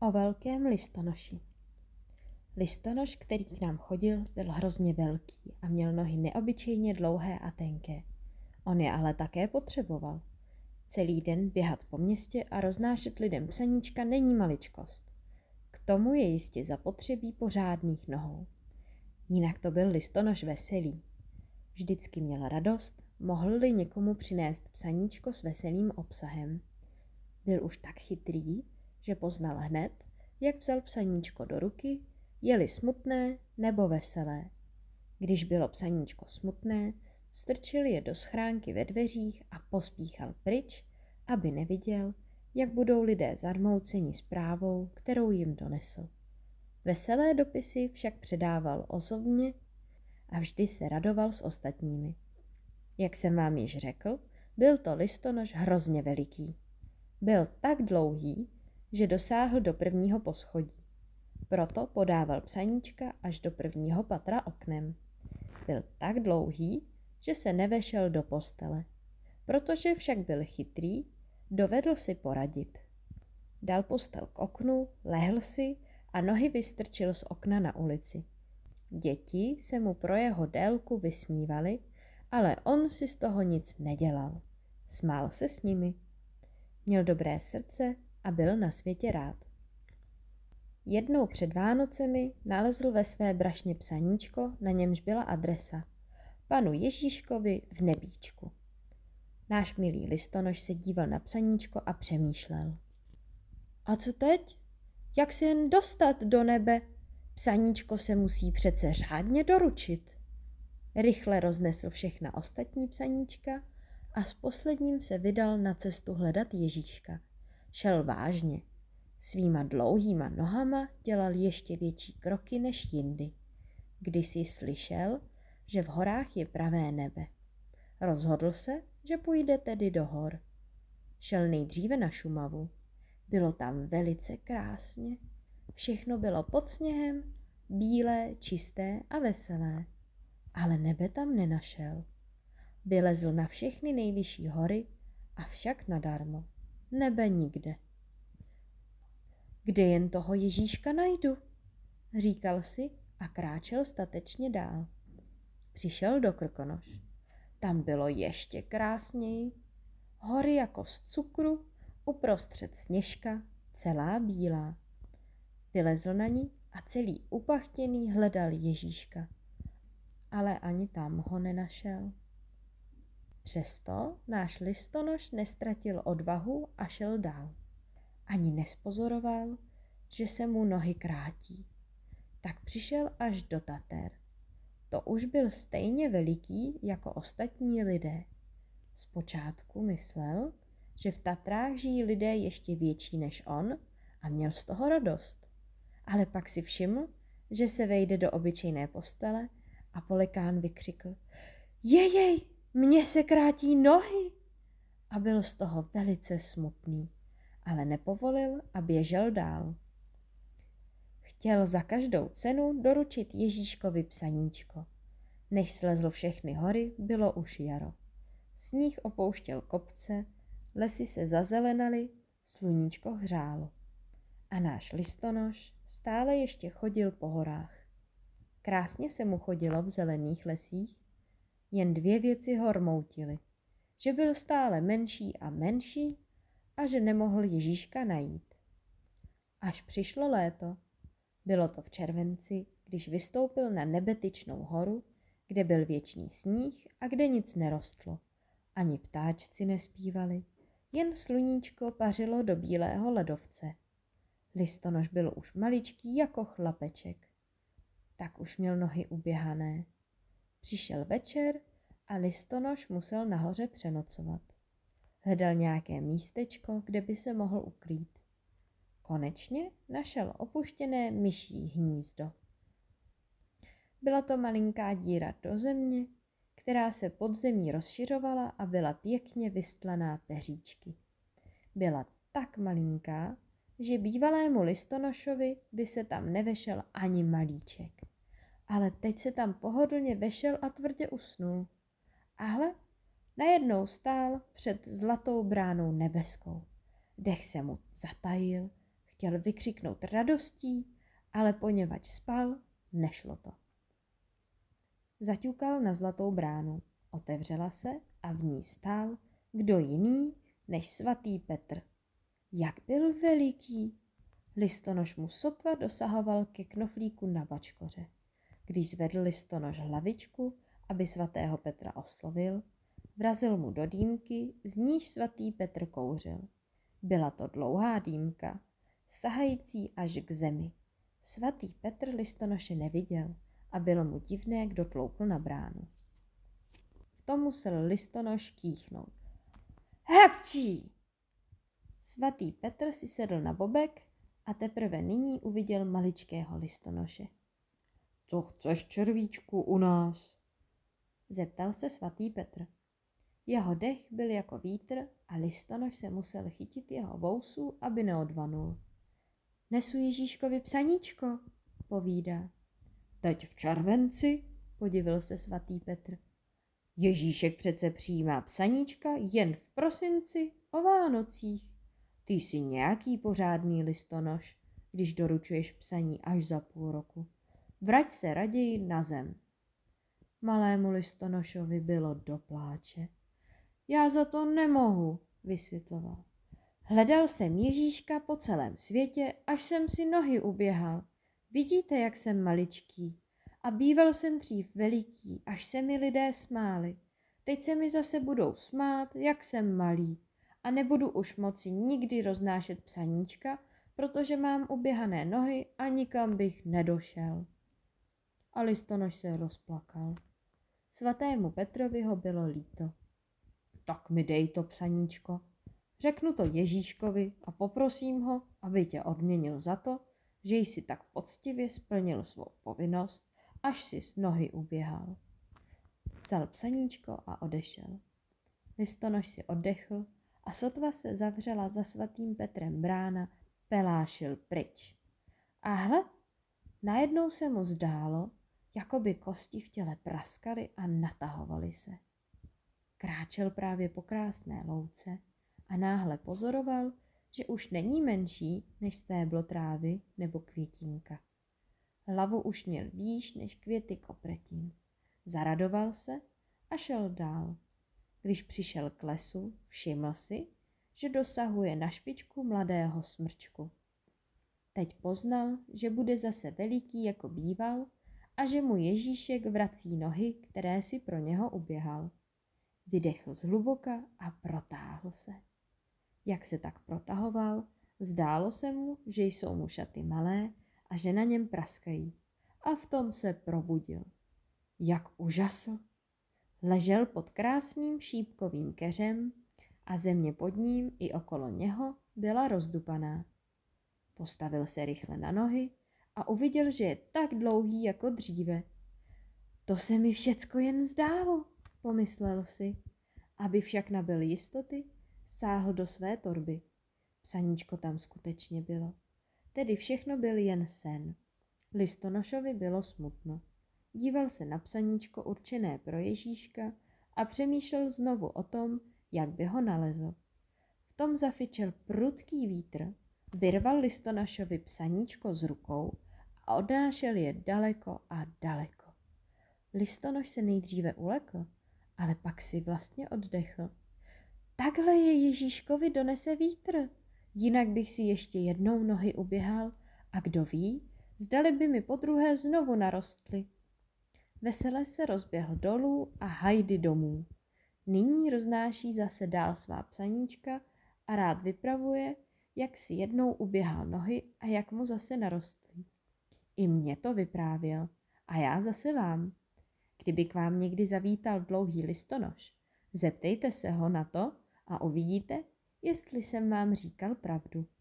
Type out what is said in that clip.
O velkém listonoši. Listonoš, který k nám chodil, byl hrozně velký a měl nohy neobyčejně dlouhé a tenké. On je ale také potřeboval. Celý den běhat po městě a roznášet lidem psaníčka není maličkost. K tomu je jistě zapotřebí pořádných nohou. Jinak to byl listonoš veselý. Vždycky měl radost, mohl-li někomu přinést psaníčko s veselým obsahem. Byl už tak chytrý, že poznal hned, jak vzal psaníčko do ruky, je-li smutné nebo veselé. Když bylo psaníčko smutné, strčil je do schránky ve dveřích a pospíchal pryč, aby neviděl, jak budou lidé zarmouceni zprávou, kterou jim donesl. Veselé dopisy však předával osobně a vždy se radoval s ostatními. Jak jsem vám již řekl, byl to listonoš hrozně veliký. Byl tak dlouhý, že dosáhl do prvního poschodí. Proto podával psaníčka až do prvního patra oknem. Byl tak dlouhý, že se nevešel do postele. Protože však byl chytrý, dovedl si poradit. Dal postel k oknu, lehl si a nohy vystrčil z okna na ulici. Děti se mu pro jeho délku vysmívaly, ale on si z toho nic nedělal. Smál se s nimi. Měl dobré srdce a byl na světě rád. Jednou před Vánocemi nalezl ve své brašně psaníčko, na němž byla adresa. Panu Ježíškovi v Nebíčku. Náš milý listonoš se díval na psaníčko a přemýšlel. A co teď? Jak se jen dostat do nebe? Psaníčko se musí přece řádně doručit. Rychle roznesl všechna ostatní psaníčka a s posledním se vydal na cestu hledat Ježíška. Šel vážně. Svýma dlouhýma nohama dělal ještě větší kroky než jindy. Kdysi slyšel, že v horách je pravé nebe. Rozhodl se, že půjde tedy do hor. Šel nejdříve na Šumavu. Bylo tam velice krásně. Všechno bylo pod sněhem, bílé, čisté a veselé. Ale nebe tam nenašel. Vylezl na všechny nejvyšší hory, avšak nadarmo. Nebe nikde. Kde jen toho Ježíška najdu? Říkal si a kráčel statečně dál. Přišel do Krkonoš. Tam bylo ještě krásněji. Hory jako z cukru, uprostřed sněžka, celá bílá. Vylezl na ní a celý upachtěný hledal Ježíška. Ale ani tam ho nenašel. Přesto náš listonoš nestratil odvahu a šel dál. Ani nespozoroval, že se mu nohy krátí. Tak přišel až do Tater. To už byl stejně veliký jako ostatní lidé. Zpočátku myslel, že v Tatrách žijí lidé ještě větší než on a měl z toho radost. Ale pak si všiml, že se vejde do obyčejné postele a Polikán vykřikl: Jejej, mně se krátí nohy! A byl z toho velice smutný, ale nepovolil a běžel dál. Chtěl za každou cenu doručit Ježíškovi psaníčko. Než slezl všechny hory, bylo už jaro. Sníh opouštěl kopce, lesy se zazelenaly, sluníčko hřálo. A náš listonoš stále ještě chodil po horách. Krásně se mu chodilo v zelených lesích, jen dvě věci ho rmoutily, že byl stále menší a menší a že nemohl Ježíška najít. Až přišlo léto, bylo to v červenci, když vystoupil na Nebetyčnou horu, kde byl věčný sníh a kde nic nerostlo. Ani ptáčci nespívali, jen sluníčko pařilo do bílého ledovce. Listonoš byl už maličký jako chlapeček. Tak už měl nohy uběhané. Přišel večer a listonoš musel nahoře přenocovat. Hledal nějaké místečko, kde by se mohl ukrýt. Konečně našel opuštěné myší hnízdo. Byla to malinká díra do země, která se pod zemí rozšiřovala a byla pěkně vystlaná peříčky. Byla tak malinká, že bývalému listonošovi by se tam nevešel ani malíček. Ale teď se tam pohodlně vešel a tvrdě usnul. A hle, najednou stál před zlatou bránou nebeskou. Dech se mu zatajil, chtěl vykřiknout radostí, ale poněvadž spal, nešlo to. Zaťukal na zlatou bránu, otevřela se a v ní stál kdo jiný než svatý Petr. Jak byl veliký! Listonoš mu sotva dosahoval ke knoflíku na bačkoře. Když zvedl listonoš hlavičku, aby svatého Petra oslovil, vrazil mu do dýmky, z níž svatý Petr kouřil. Byla to dlouhá dýmka, sahající až k zemi. Svatý Petr listonoše neviděl a bylo mu divné, kdo tloukl na bránu. V tom musel listonoš kýchnout. Hapčí! Svatý Petr si sedl na bobek a teprve nyní uviděl maličkého listonoše. Co chceš, červíčku, u nás? Zeptal se svatý Petr. Jeho dech byl jako vítr a listonoš se musel chytit jeho vousů, aby neodvanul. Nesu Ježíškovi psaníčko, povídá. Teď v červenci, podivil se svatý Petr. Ježíšek přece přijímá psaníčka jen v prosinci o Vánocích. Ty jsi nějaký pořádný listonoš, když doručuješ psaní až za půl roku. Vrať se raději na zem. Malému listonošovi bylo do pláče. Já za to nemohu, vysvětloval. Hledal jsem Ježíška po celém světě, až jsem si nohy uběhal. Vidíte, jak jsem maličký. A býval jsem dřív veliký, až se mi lidé smáli. Teď se mi zase budou smát, jak jsem malý. A nebudu už moci nikdy roznášet psaníčka, protože mám uběhané nohy a nikam bych nedošel. A listonoš se rozplakal. Svatému Petrovi ho bylo líto. Tak mi dej to psaníčko. Řeknu to Ježíškovi a poprosím ho, aby tě odměnil za to, že jsi tak poctivě splnil svou povinnost, až si s nohy uběhal. Vzal psaníčko a odešel. Listonoš si oddechl a sotva se zavřela za svatým Petrem brána, pelášil pryč. A hle, najednou se mu zdálo, jako by kosti v těle praskaly a natahovaly se. Kráčel právě po krásné louce a náhle pozoroval, že už není menší než stéblo trávy nebo květínka. Hlavu už měl výš než květy kopretin. Zaradoval se a šel dál. Když přišel k lesu, všiml si, že dosahuje na špičku mladého smrčku. Teď poznal, že bude zase veliký jako býval a že mu Ježíšek vrací nohy, které si pro něho uběhal. Vydechl zhluboka a protáhl se. Jak se tak protahoval, zdálo se mu, že jsou mu šaty malé a že na něm praskají. A v tom se probudil. Jak užasl! Ležel pod krásným šípkovým keřem a země pod ním i okolo něho byla rozdupaná. Postavil se rychle na nohy a uviděl, že je tak dlouhý jako dříve. To se mi všecko jen zdálo, pomyslel si. Aby však nabyl jistoty, sáhl do své torby. Psaníčko tam skutečně bylo. Tedy všechno byl jen sen. Listonošovi bylo smutno. Díval se na psaníčko určené pro Ježíška a přemýšlel znovu o tom, jak by ho nalezl. V tom zafičel prudký vítr, vyrval listonošovi psaníčko z rukou a odnášel je daleko a daleko. Listonoš se nejdříve ulekl, ale pak si vlastně oddechl. Takhle je Ježíškovi donese vítr, jinak bych si ještě jednou nohy uběhal a kdo ví, zdali by mi podruhé znovu narostly. Vesele se rozběhl dolů a hajdy domů. Nyní roznáší zase dál svá psaníčka a rád vypravuje, jak si jednou uběhal nohy a jak mu zase narostly. I mě to vyprávěl a já zase vám. Kdyby k vám někdy zavítal dlouhý listonoš, zeptejte se ho na to a uvidíte, jestli jsem vám říkal pravdu.